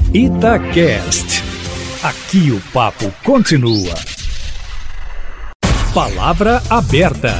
Itacast. Aqui o papo continua. Palavra aberta.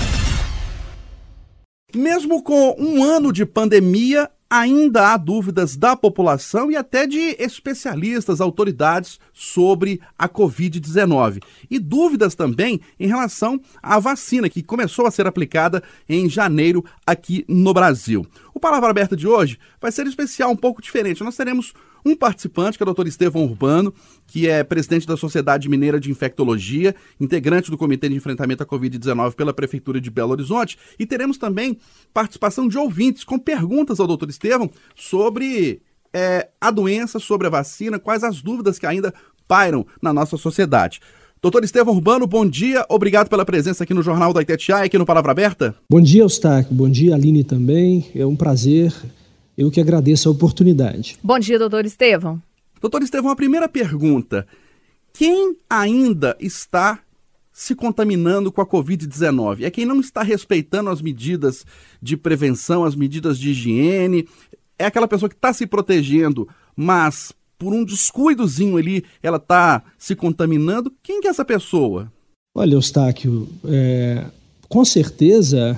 Mesmo com um ano de pandemia, ainda há dúvidas da população e até de especialistas, autoridades sobre a Covid-19. E dúvidas também em relação à vacina, que começou a ser aplicada em janeiro aqui no Brasil. O Palavra Aberta de hoje vai ser especial, um pouco diferente. Nós teremos um participante, que é o Dr. Estevão Urbano, que é presidente da Sociedade Mineira de Infectologia, integrante do Comitê de Enfrentamento à Covid-19 pela Prefeitura de Belo Horizonte, e teremos também participação de ouvintes com perguntas ao Dr. Estevão sobre a doença, sobre a vacina, quais as dúvidas que ainda pairam na nossa sociedade. Doutor Estevão Urbano, bom dia, obrigado pela presença aqui no Jornal da Itatiaia, aqui no Palavra Aberta. Bom dia, Eustáquio, bom dia, Aline também, é um prazer, eu que agradeço a oportunidade. Bom dia, doutor Estevão. Doutor Estevão, a primeira pergunta, quem ainda está se contaminando com a Covid-19? É quem não está respeitando as medidas de prevenção, as medidas de higiene, é aquela pessoa que está se protegendo, mas por um descuidozinho ali, ela está se contaminando. Quem que é essa pessoa? Olha, Eustáquio, com certeza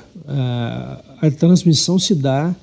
a transmissão se dá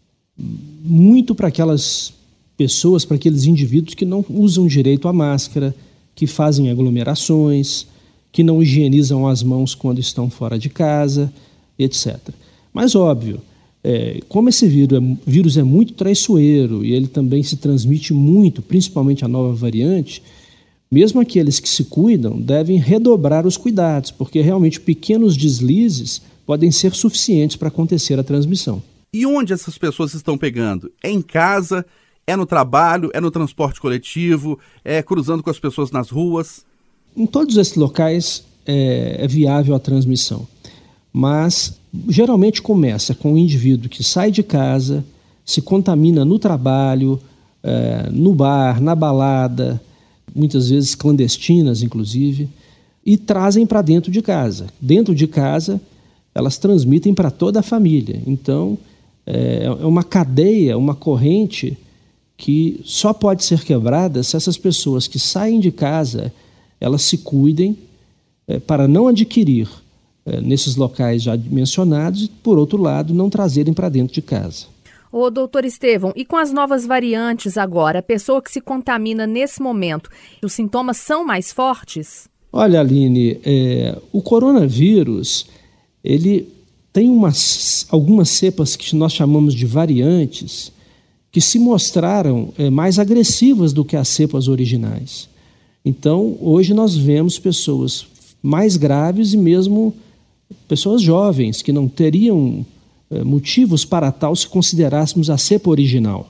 muito para aquelas pessoas, para aqueles indivíduos que não usam direito a máscara, que fazem aglomerações, que não higienizam as mãos quando estão fora de casa, etc. Mas, óbvio, como esse vírus é muito traiçoeiro e ele também se transmite muito, principalmente a nova variante, mesmo aqueles que se cuidam devem redobrar os cuidados, porque realmente pequenos deslizes podem ser suficientes para acontecer a transmissão. E onde essas pessoas estão pegando? É em casa, é no trabalho, é no transporte coletivo, é cruzando com as pessoas nas ruas? Em todos esses locais é viável a transmissão, mas geralmente começa com o indivíduo que sai de casa, se contamina no trabalho, no bar, na balada, muitas vezes clandestinas inclusive, e trazem para dentro de casa. Dentro de casa, elas transmitem para toda a família. Então, é uma cadeia, uma corrente que só pode ser quebrada se essas pessoas que saem de casa, elas se cuidem para não adquirir nesses locais já mencionados e, por outro lado, não trazerem para dentro de casa. Ô, doutor Estevão, e com as novas variantes agora, a pessoa que se contamina nesse momento, os sintomas são mais fortes? Olha, Aline, o coronavírus, ele tem algumas cepas que nós chamamos de variantes, que se mostraram mais agressivas do que as cepas originais. Então, hoje nós vemos pessoas mais graves e mesmo pessoas jovens que não teriam motivos para tal se considerássemos a cepa original.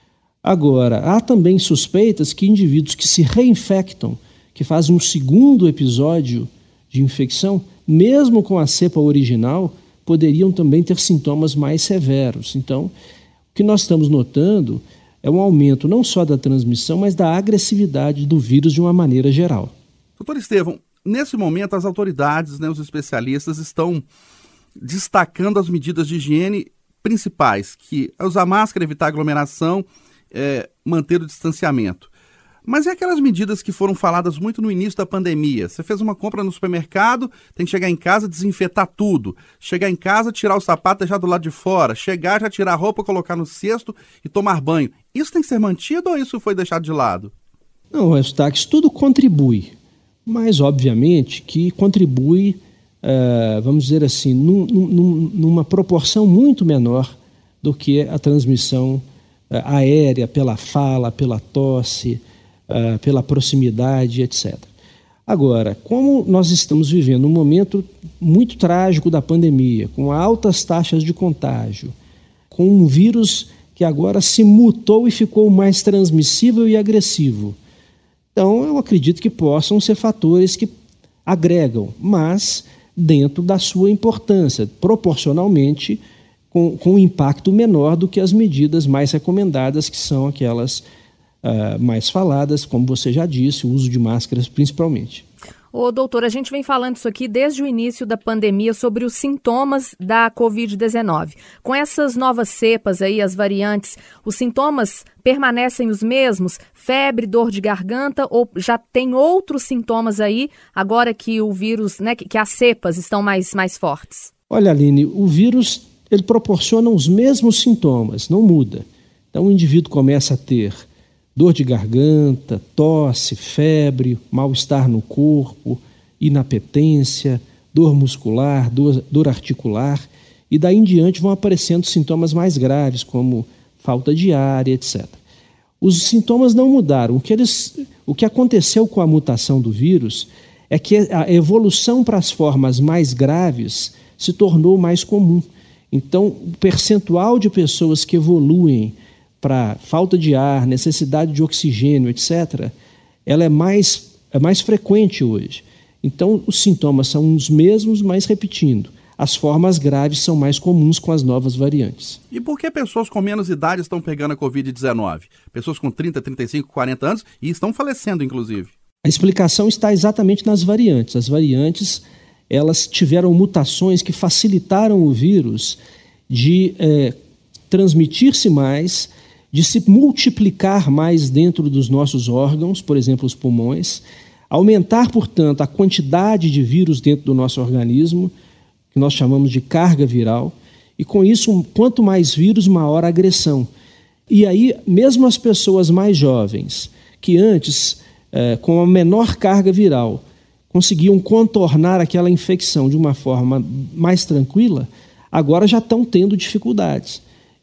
Agora, há também suspeitas que indivíduos que se reinfectam, que fazem um segundo episódio de infecção, mesmo com a cepa original, poderiam também ter sintomas mais severos. Então, o que nós estamos notando é um aumento não só da transmissão, mas da agressividade do vírus de uma maneira geral. Doutor Estevão, nesse momento as autoridades, os especialistas estão destacando as medidas de higiene principais, que é usar máscara, evitar aglomeração, manter o distanciamento. Mas e aquelas medidas que foram faladas muito no início da pandemia? Você fez uma compra no supermercado, tem que chegar em casa, desinfetar tudo. Chegar em casa, tirar o sapato, deixar do lado de fora. Chegar, já tirar a roupa, colocar no cesto e tomar banho. Isso tem que ser mantido ou isso foi deixado de lado? Não, Eustáquio, isso tudo contribui. Mas, obviamente, que contribui, vamos dizer assim, numa proporção muito menor do que a transmissão aérea, pela fala, pela tosse, pela proximidade, etc. Agora, como nós estamos vivendo um momento muito trágico da pandemia, com altas taxas de contágio, com um vírus que agora se mutou e ficou mais transmissível e agressivo, então eu acredito que possam ser fatores que agregam, mas dentro da sua importância, proporcionalmente com um impacto menor do que as medidas mais recomendadas, que são aquelas mais faladas, como você já disse, o uso de máscaras principalmente. Ô, doutor, a gente vem falando isso aqui desde o início da pandemia sobre os sintomas da Covid-19. Com essas novas cepas aí, as variantes, os sintomas permanecem os mesmos? Febre, dor de garganta, ou já tem outros sintomas aí, agora que o vírus, né, que as cepas estão mais fortes? Olha, Aline, o vírus, ele proporciona os mesmos sintomas, não muda. Então o indivíduo começa a ter dor de garganta, tosse, febre, mal-estar no corpo, inapetência, dor muscular, dor articular, e daí em diante vão aparecendo sintomas mais graves, como falta de ar, etc. Os sintomas não mudaram. O que aconteceu com a mutação do vírus é que a evolução para as formas mais graves se tornou mais comum. Então, o percentual de pessoas que evoluem para falta de ar, necessidade de oxigênio, etc., ela é mais frequente hoje. Então, os sintomas são os mesmos, mas repetindo. As formas graves são mais comuns com as novas variantes. E por que pessoas com menos idade estão pegando a Covid-19? Pessoas com 30, 35, 40 anos e estão falecendo, inclusive. A explicação está exatamente nas variantes. As variantes, elas tiveram mutações que facilitaram o vírus de transmitir-se mais, de se multiplicar mais dentro dos nossos órgãos, por exemplo, os pulmões, aumentar, portanto, a quantidade de vírus dentro do nosso organismo, que nós chamamos de carga viral, e com isso, quanto mais vírus, maior a agressão. E aí, mesmo as pessoas mais jovens, que antes, com a menor carga viral, conseguiam contornar aquela infecção de uma forma mais tranquila, agora já estão tendo dificuldades.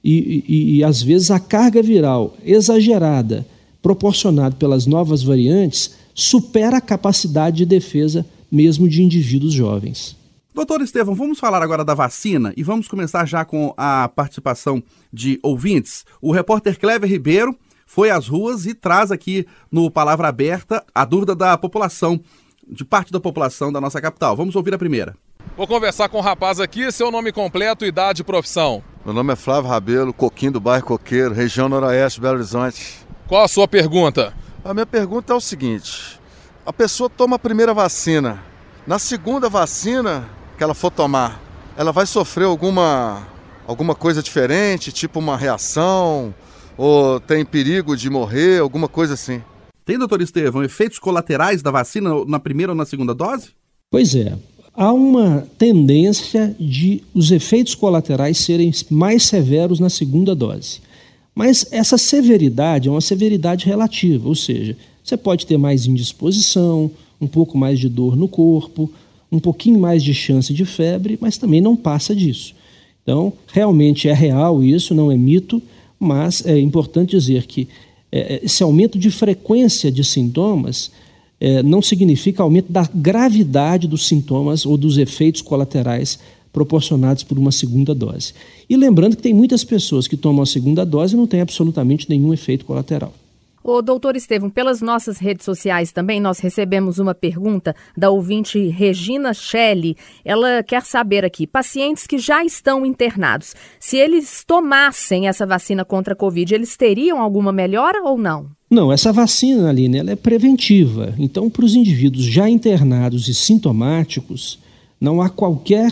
E às vezes a carga viral exagerada, proporcionada pelas novas variantes, supera a capacidade de defesa mesmo de indivíduos jovens. Doutor Estevão, vamos falar agora da vacina e vamos começar já com a participação de ouvintes. O repórter Clever Ribeiro foi às ruas e traz aqui no Palavra Aberta a dúvida da população, de parte da população da nossa capital. Vamos ouvir a primeira. Vou conversar com o rapaz aqui, seu nome completo, idade e profissão. Meu nome é Flávio Rabelo, Coquinho do bairro Coqueiro, região noroeste, Belo Horizonte. Qual a sua pergunta? A minha pergunta é o seguinte: a pessoa toma a primeira vacina, na segunda vacina que ela for tomar, ela vai sofrer alguma coisa diferente, tipo uma reação, ou tem perigo de morrer, alguma coisa assim? Tem, doutor Estevão, efeitos colaterais da vacina na primeira ou na segunda dose? Pois é. Há uma tendência de os efeitos colaterais serem mais severos na segunda dose. Mas essa severidade é uma severidade relativa, ou seja, você pode ter mais indisposição, um pouco mais de dor no corpo, um pouquinho mais de chance de febre, mas também não passa disso. Então, realmente é real isso, não é mito, mas é importante dizer que esse aumento de frequência de sintomas não significa aumento da gravidade dos sintomas ou dos efeitos colaterais proporcionados por uma segunda dose. E lembrando que tem muitas pessoas que tomam a segunda dose e não tem absolutamente nenhum efeito colateral. Ô, doutor Estevão, pelas nossas redes sociais também nós recebemos uma pergunta da ouvinte Regina Shelley. Ela quer saber aqui, pacientes que já estão internados, se eles tomassem essa vacina contra a Covid, eles teriam alguma melhora ou não? Não, essa vacina, Aline, ela é preventiva. Então, para os indivíduos já internados e sintomáticos, não há qualquer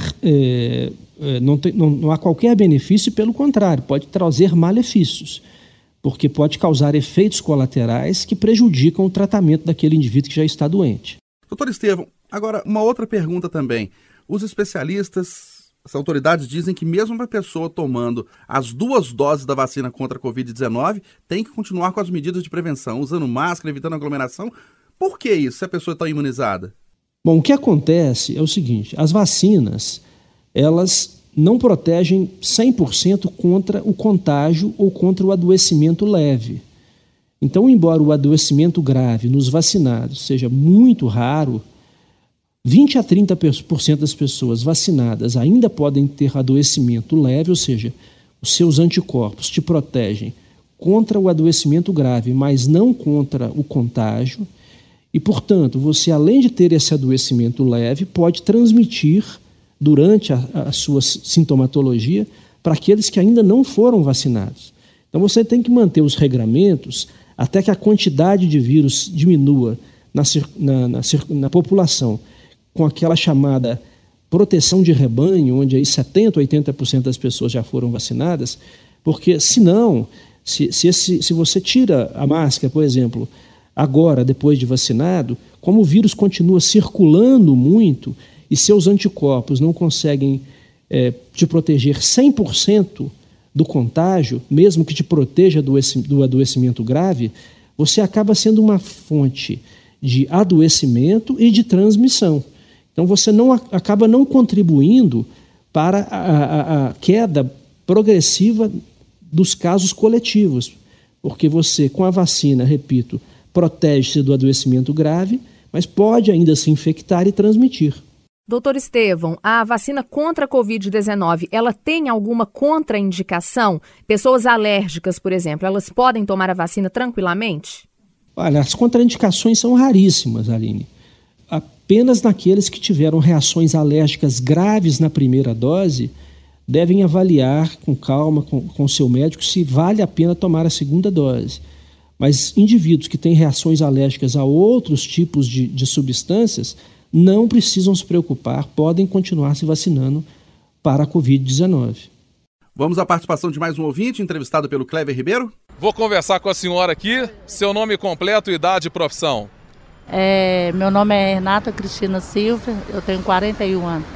benefício, pelo contrário, pode trazer malefícios, porque pode causar efeitos colaterais que prejudicam o tratamento daquele indivíduo que já está doente. Doutor Estevão, agora uma outra pergunta também. Os especialistas, as autoridades dizem que mesmo uma pessoa tomando as 2 doses da vacina contra a Covid-19 tem que continuar com as medidas de prevenção, usando máscara, evitando aglomeração. Por que isso, se a pessoa está imunizada? Bom, o que acontece é o seguinte, as vacinas, elas não protegem 100% contra o contágio ou contra o adoecimento leve. Então, embora o adoecimento grave nos vacinados seja muito raro, 20 a 30% das pessoas vacinadas ainda podem ter adoecimento leve, ou seja, os seus anticorpos te protegem contra o adoecimento grave, mas não contra o contágio. E, portanto, você, além de ter esse adoecimento leve, pode transmitir durante a sua sintomatologia para aqueles que ainda não foram vacinados. Então você tem que manter os regramentos até que a quantidade de vírus diminua na população com aquela chamada proteção de rebanho, onde aí 70%, 80% das pessoas já foram vacinadas, porque senão, se você tira a máscara, por exemplo, agora, depois de vacinado, como o vírus continua circulando muito e seus anticorpos não conseguem te proteger 100% do contágio, mesmo que te proteja do adoecimento grave, você acaba sendo uma fonte de adoecimento e de transmissão. Então você acaba não contribuindo para a queda progressiva dos casos coletivos, porque você, com a vacina, repito, protege-se do adoecimento grave, mas pode ainda se infectar e transmitir. Doutor Estevão, a vacina contra a Covid-19, ela tem alguma contraindicação? Pessoas alérgicas, por exemplo, elas podem tomar a vacina tranquilamente? Olha, as contraindicações são raríssimas, Aline. Apenas naqueles que tiveram reações alérgicas graves na primeira dose devem avaliar com calma com o seu médico se vale a pena tomar a segunda dose. Mas indivíduos que têm reações alérgicas a outros tipos de substâncias não precisam se preocupar, podem continuar se vacinando para a Covid-19. Vamos à participação de mais um ouvinte, entrevistado pelo Clever Ribeiro. Vou conversar com a senhora aqui. Seu nome completo, idade e profissão. Meu nome é Renata Cristina Silva, eu tenho 41 anos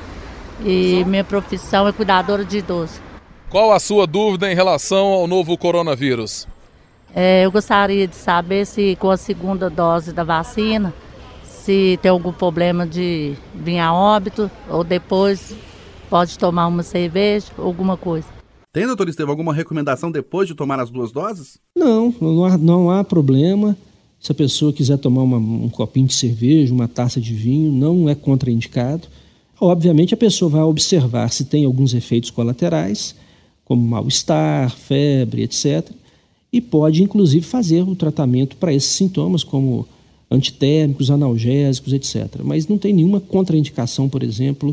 e minha profissão é cuidadora de idoso. Qual a sua dúvida em relação ao novo coronavírus? Eu gostaria de saber se com a segunda dose da vacina, se tem algum problema de vir a óbito ou depois pode tomar uma cerveja, alguma coisa. Tem, doutor Estevão, alguma recomendação depois de tomar as 2 doses? Não há problema. Se a pessoa quiser tomar um copinho de cerveja, uma taça de vinho, não é contraindicado. Obviamente a pessoa vai observar se tem alguns efeitos colaterais, como mal-estar, febre, etc. E pode, inclusive, fazer o tratamento para esses sintomas, como antitérmicos, analgésicos, etc. Mas não tem nenhuma contraindicação, por exemplo,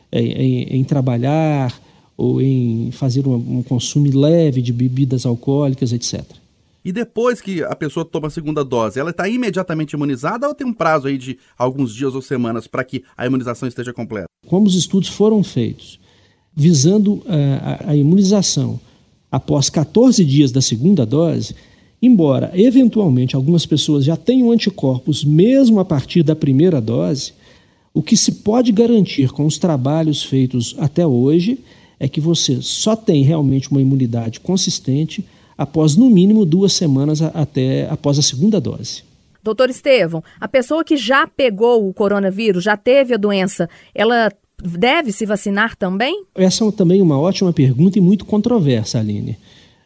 em trabalhar ou em fazer um consumo leve de bebidas alcoólicas, etc. E depois que a pessoa toma a segunda dose, ela está imediatamente imunizada ou tem um prazo aí de alguns dias ou semanas para que a imunização esteja completa? Como os estudos foram feitos visando a imunização após 14 dias da segunda dose, embora eventualmente algumas pessoas já tenham anticorpos mesmo a partir da primeira dose, o que se pode garantir com os trabalhos feitos até hoje é que você só tem realmente uma imunidade consistente após, no mínimo, 2 semanas após a segunda dose. Doutor Estevão, a pessoa que já pegou o coronavírus, já teve a doença, ela deve se vacinar também? Essa é também uma ótima pergunta e muito controversa, Aline.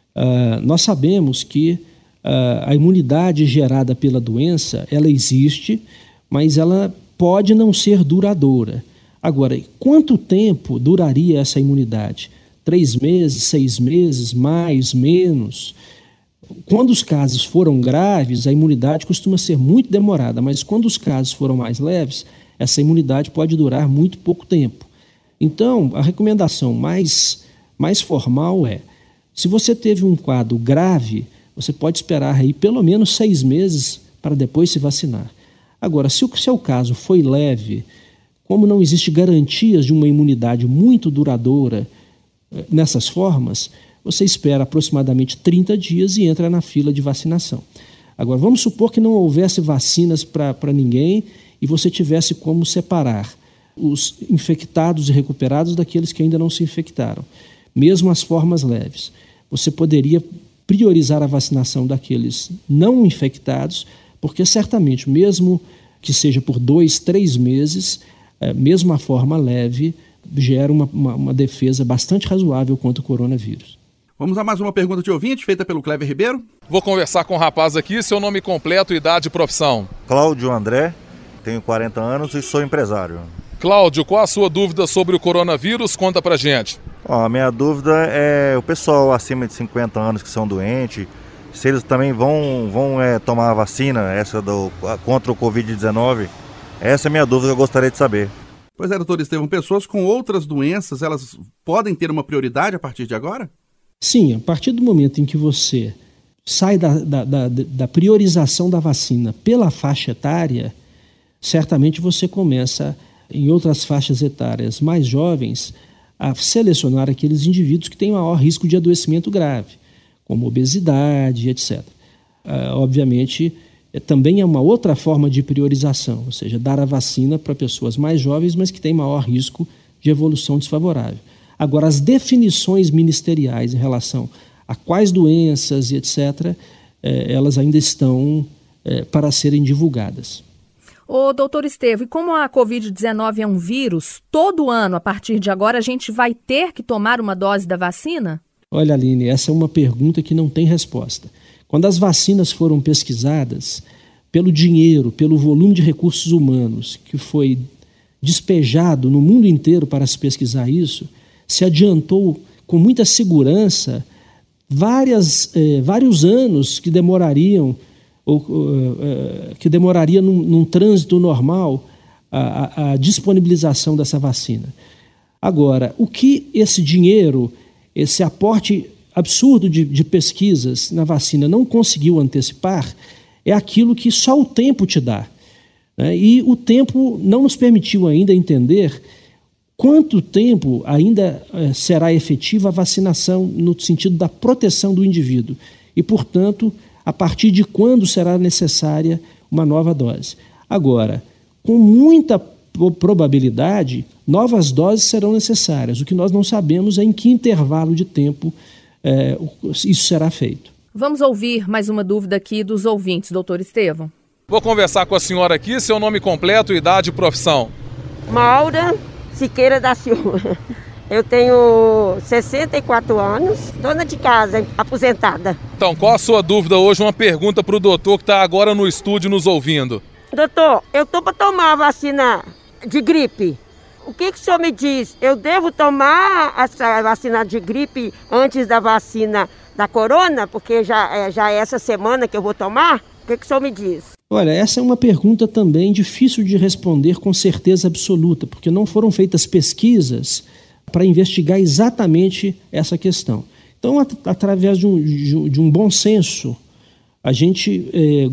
Nós sabemos que a imunidade gerada pela doença, ela existe, mas ela pode não ser duradoura. Agora, quanto tempo duraria essa imunidade? 3 meses, 6 meses, mais, menos? Quando os casos foram graves, a imunidade costuma ser muito demorada, mas quando os casos foram mais leves, essa imunidade pode durar muito pouco tempo. Então, a recomendação mais formal é, se você teve um quadro grave, você pode esperar aí pelo menos 6 meses para depois se vacinar. Agora, se o seu caso foi leve, como não existe garantias de uma imunidade muito duradoura nessas formas, você espera aproximadamente 30 dias e entra na fila de vacinação. Agora, vamos supor que não houvesse vacinas para ninguém e você tivesse como separar os infectados e recuperados daqueles que ainda não se infectaram, mesmo as formas leves. Você poderia priorizar a vacinação daqueles não infectados, porque certamente, mesmo que seja por 2, 3 meses, mesmo a forma leve gera uma defesa bastante razoável contra o coronavírus. Vamos a mais uma pergunta de ouvinte, feita pelo Clever Ribeiro. Vou conversar com o rapaz aqui, seu nome completo, idade e profissão. Cláudio André, tenho 40 anos e sou empresário. Cláudio, qual a sua dúvida sobre o coronavírus? Conta pra gente. A minha dúvida é o pessoal acima de 50 anos que são doentes, se eles também vão tomar a vacina contra o Covid-19. Essa é a minha dúvida que eu gostaria de saber. Pois é, doutor Estevão, pessoas com outras doenças, elas podem ter uma prioridade a partir de agora? Sim, a partir do momento em que você sai da priorização da vacina pela faixa etária, certamente você começa, em outras faixas etárias mais jovens, a selecionar aqueles indivíduos que têm maior risco de adoecimento grave, como obesidade, etc. Obviamente, também é uma outra forma de priorização, ou seja, dar a vacina para pessoas mais jovens, mas que têm maior risco de evolução desfavorável. Agora, as definições ministeriais em relação a quais doenças e etc., elas ainda estão para serem divulgadas. Ô, doutor Estevão, e como a Covid-19 é um vírus, todo ano, a partir de agora, a gente vai ter que tomar uma dose da vacina? Olha, Aline, essa é uma pergunta que não tem resposta. Quando as vacinas foram pesquisadas, pelo dinheiro, pelo volume de recursos humanos que foi despejado no mundo inteiro para se pesquisar isso, se adiantou com muita segurança vários anos que demorariam num trânsito normal a disponibilização dessa vacina. Agora, o que esse dinheiro, esse aporte absurdo de pesquisas na vacina não conseguiu antecipar é aquilo que só o tempo te dá, né? E o tempo não nos permitiu ainda entender quanto tempo ainda será efetiva a vacinação no sentido da proteção do indivíduo e, portanto, a partir de quando será necessária uma nova dose. Agora, com muita probabilidade, novas doses serão necessárias. O que nós não sabemos é em que intervalo de tempo isso será feito. Vamos ouvir mais uma dúvida aqui dos ouvintes, doutor Estevão. Vou conversar com a senhora aqui, seu nome completo, idade e profissão. Maura Siqueira da Silva. Eu tenho 64 anos, dona de casa, aposentada. Então, qual a sua dúvida hoje? Uma pergunta para o doutor que está agora no estúdio nos ouvindo. Doutor, eu estou para tomar a vacina de gripe. O que o senhor me diz? Eu devo tomar essa vacina de gripe antes da vacina da corona? Porque já é essa semana que eu vou tomar? O que o senhor me diz? Olha, essa é uma pergunta também difícil de responder com certeza absoluta, porque não foram feitas pesquisas para investigar exatamente essa questão. Então, através de um bom senso, a gente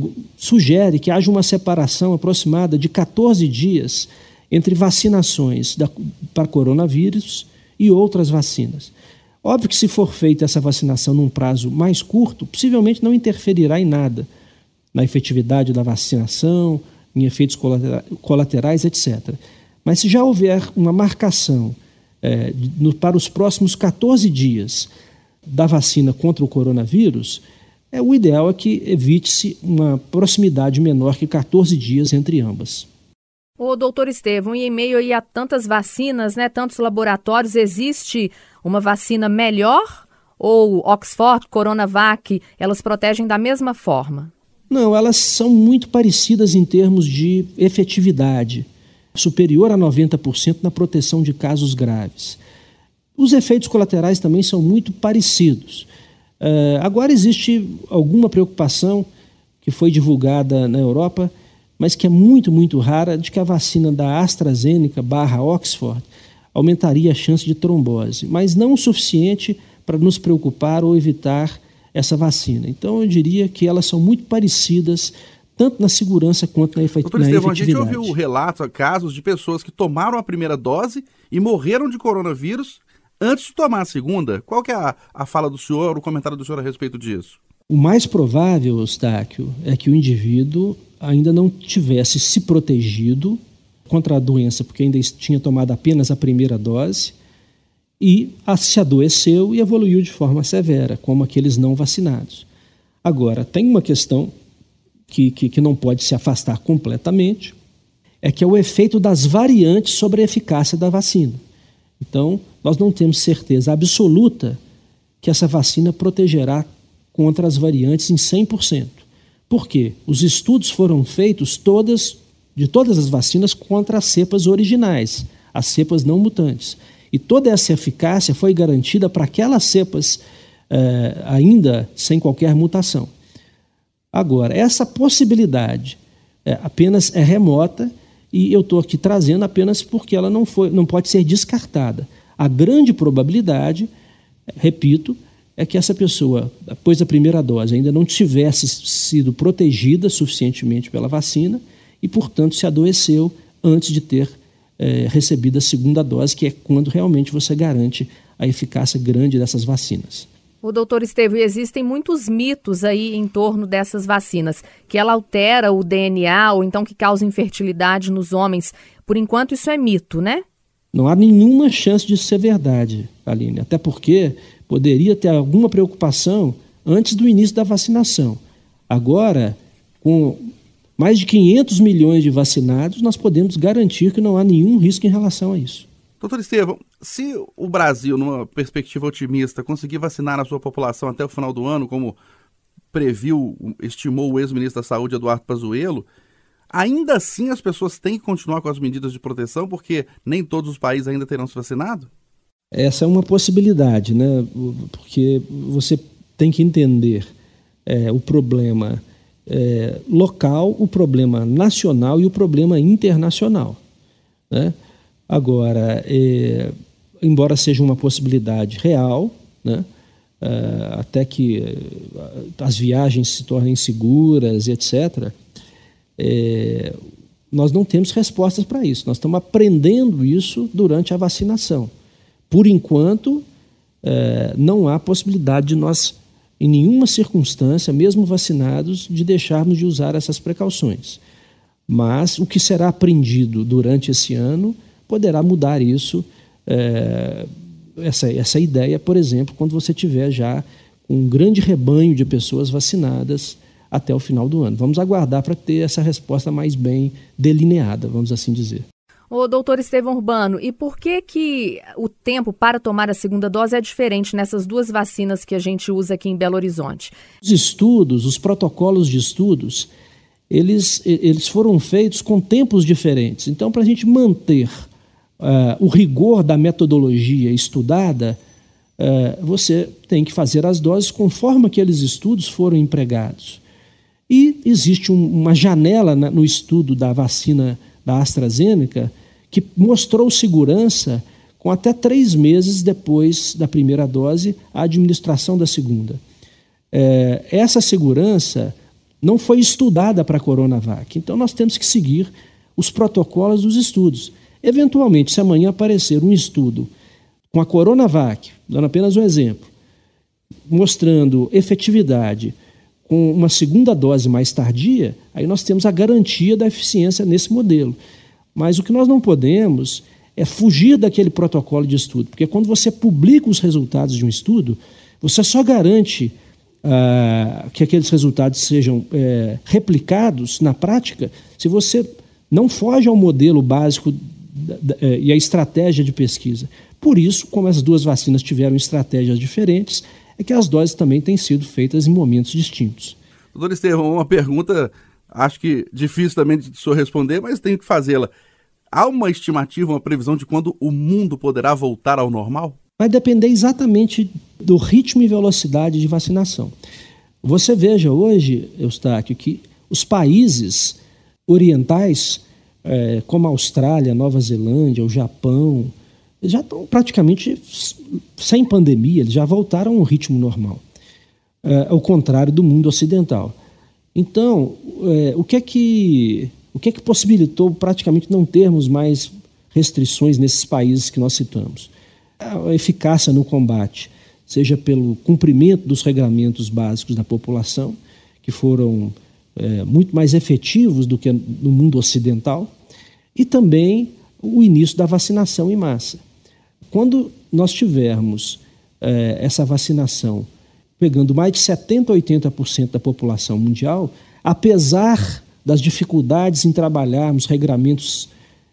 sugere que haja uma separação aproximada de 14 dias entre vacinações para coronavírus e outras vacinas. Óbvio que se for feita essa vacinação num prazo mais curto, possivelmente não interferirá em nada na efetividade da vacinação, em efeitos colaterais, etc. Mas se já houver uma marcação para os próximos 14 dias da vacina contra o coronavírus, o ideal é que evite-se uma proximidade menor que 14 dias entre ambas. Ô, doutor Estevão, e em meio aí a tantas vacinas, né, tantos laboratórios, existe uma vacina melhor? Ou Oxford, Coronavac, elas protegem da mesma forma? Não, elas são muito parecidas em termos de efetividade, superior a 90% na proteção de casos graves. Os efeitos colaterais também são muito parecidos. Agora existe alguma preocupação que foi divulgada na Europa, mas que é muito, muito rara, de que a vacina da AstraZeneca /Oxford aumentaria a chance de trombose, mas não o suficiente para nos preocupar ou evitar essa vacina. Então, eu diria que elas são muito parecidas, tanto na segurança quanto na efetividade. Doutor Estevão, a gente ouviu relatos, casos de pessoas que tomaram a primeira dose e morreram de coronavírus antes de tomar a segunda. Qual que é a fala do senhor, o comentário do senhor a respeito disso? O mais provável, Eustáquio, é que o indivíduo ainda não tivesse se protegido contra a doença, porque ainda tinha tomado apenas a primeira dose, e se adoeceu e evoluiu de forma severa, como aqueles não vacinados. Agora, tem uma questão que não pode se afastar completamente, é que é o efeito das variantes sobre a eficácia da vacina. Então, nós não temos certeza absoluta que essa vacina protegerá contra as variantes em 100%. Por quê? Os estudos foram feitos de todas as vacinas contra as cepas originais, as cepas não mutantes. E toda essa eficácia foi garantida para aquelas cepas ainda sem qualquer mutação. Agora, essa possibilidade apenas é remota e eu estou aqui trazendo apenas porque ela não pode ser descartada. A grande probabilidade, repito, é que essa pessoa, após a primeira dose, ainda não tivesse sido protegida suficientemente pela vacina e, portanto, se adoeceu antes de ter recebido a segunda dose, que é quando realmente você garante a eficácia grande dessas vacinas. O doutor Estevão, existem muitos mitos aí em torno dessas vacinas, que ela altera o DNA ou então que causa infertilidade nos homens. Por enquanto isso é mito, né? Não há nenhuma chance disso ser verdade, Aline, até porque poderia ter alguma preocupação antes do início da vacinação. Agora, com mais de 500 milhões de vacinados, nós podemos garantir que não há nenhum risco em relação a isso. Doutor Estevão, se o Brasil, numa perspectiva otimista, conseguir vacinar a sua população até o final do ano, como estimou o ex-ministro da Saúde, Eduardo Pazuello, ainda assim as pessoas têm que continuar com as medidas de proteção, porque nem todos os países ainda terão se vacinado? Essa é uma possibilidade, né? Porque você tem que entender o problema local, o problema nacional e o problema internacional, né? Agora, embora seja uma possibilidade real, né, até que as viagens se tornem seguras, etc., nós não temos respostas para isso. Nós estamos aprendendo isso durante a vacinação. Por enquanto, não há possibilidade de nós, em nenhuma circunstância, mesmo vacinados, de deixarmos de usar essas precauções. Mas o que será aprendido durante esse ano poderá mudar isso, essa ideia, por exemplo, quando você tiver já um grande rebanho de pessoas vacinadas até o final do ano. Vamos aguardar para ter essa resposta mais bem delineada, vamos assim dizer. Ô, doutor Estevão Urbano, e por que o tempo para tomar a segunda dose é diferente nessas duas vacinas que a gente usa aqui em Belo Horizonte? Os estudos, os protocolos de estudos, eles foram feitos com tempos diferentes. Então, para a gente manter o rigor da metodologia estudada, você tem que fazer as doses conforme aqueles estudos foram empregados. E existe uma janela no estudo da vacina da AstraZeneca que mostrou segurança com até 3 meses depois da primeira dose, a administração da segunda. Essa segurança não foi estudada para a Coronavac, então nós temos que seguir os protocolos dos estudos. Eventualmente, se amanhã aparecer um estudo com a Coronavac, dando apenas um exemplo, mostrando efetividade com uma segunda dose mais tardia, aí nós temos a garantia da eficiência nesse modelo. Mas o que nós não podemos é fugir daquele protocolo de estudo, porque quando você publica os resultados de um estudo, você só garante que aqueles resultados sejam replicados na prática se você não foge ao modelo básico e à estratégia de pesquisa. Por isso, como as duas vacinas tiveram estratégias diferentes, é que as doses também têm sido feitas em momentos distintos. Doutor Estevão, uma pergunta, acho que difícil também de o senhor responder, mas tenho que fazê-la. Há uma estimativa, uma previsão de quando o mundo poderá voltar ao normal? Vai depender exatamente do ritmo e velocidade de vacinação. Você veja hoje, Eustáquio, que os países orientais, como a Austrália, Nova Zelândia, o Japão, já estão praticamente sem pandemia, eles já voltaram a um ritmo normal, ao contrário do mundo ocidental. Então, o que é que possibilitou praticamente não termos mais restrições nesses países que nós citamos? A eficácia no combate, seja pelo cumprimento dos regramentos básicos da população, que foram muito mais efetivos do que no mundo ocidental, e também o início da vacinação em massa. Quando nós tivermos essa vacinação pegando mais de 70% a 80% da população mundial, apesar das dificuldades em trabalharmos regramentos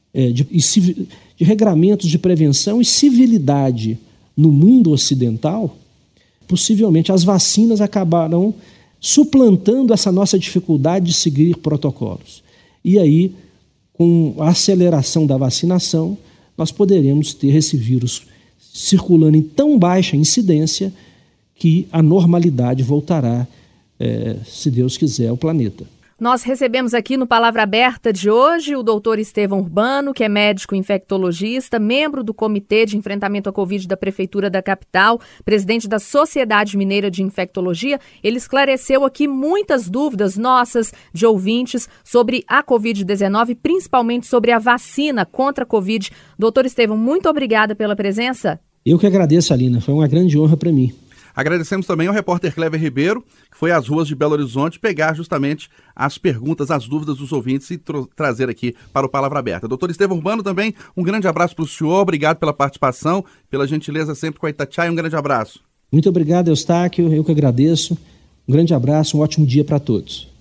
de regramentos de prevenção e civilidade no mundo ocidental, possivelmente as vacinas acabarão suplantando essa nossa dificuldade de seguir protocolos. E aí, com a aceleração da vacinação, nós poderemos ter esse vírus circulando em tão baixa incidência que a normalidade voltará, se Deus quiser, ao planeta. Nós recebemos aqui no Palavra Aberta de hoje o doutor Estevão Urbano, que é médico infectologista, membro do Comitê de Enfrentamento à Covid da Prefeitura da capital, presidente da Sociedade Mineira de Infectologia. Ele esclareceu aqui muitas dúvidas nossas de ouvintes sobre a Covid-19, principalmente sobre a vacina contra a Covid. Doutor Estevão, muito obrigada pela presença. Eu que agradeço, Alina. Foi uma grande honra para mim. Agradecemos também ao repórter Clever Ribeiro, que foi às ruas de Belo Horizonte pegar justamente as perguntas, as dúvidas dos ouvintes e trazer aqui para o Palavra Aberta. Doutor Estevão Urbano, também um grande abraço para o senhor, obrigado pela participação, pela gentileza sempre com a Itatiaia, um grande abraço. Muito obrigado, Eustáquio, eu que agradeço. Um grande abraço, um ótimo dia para todos.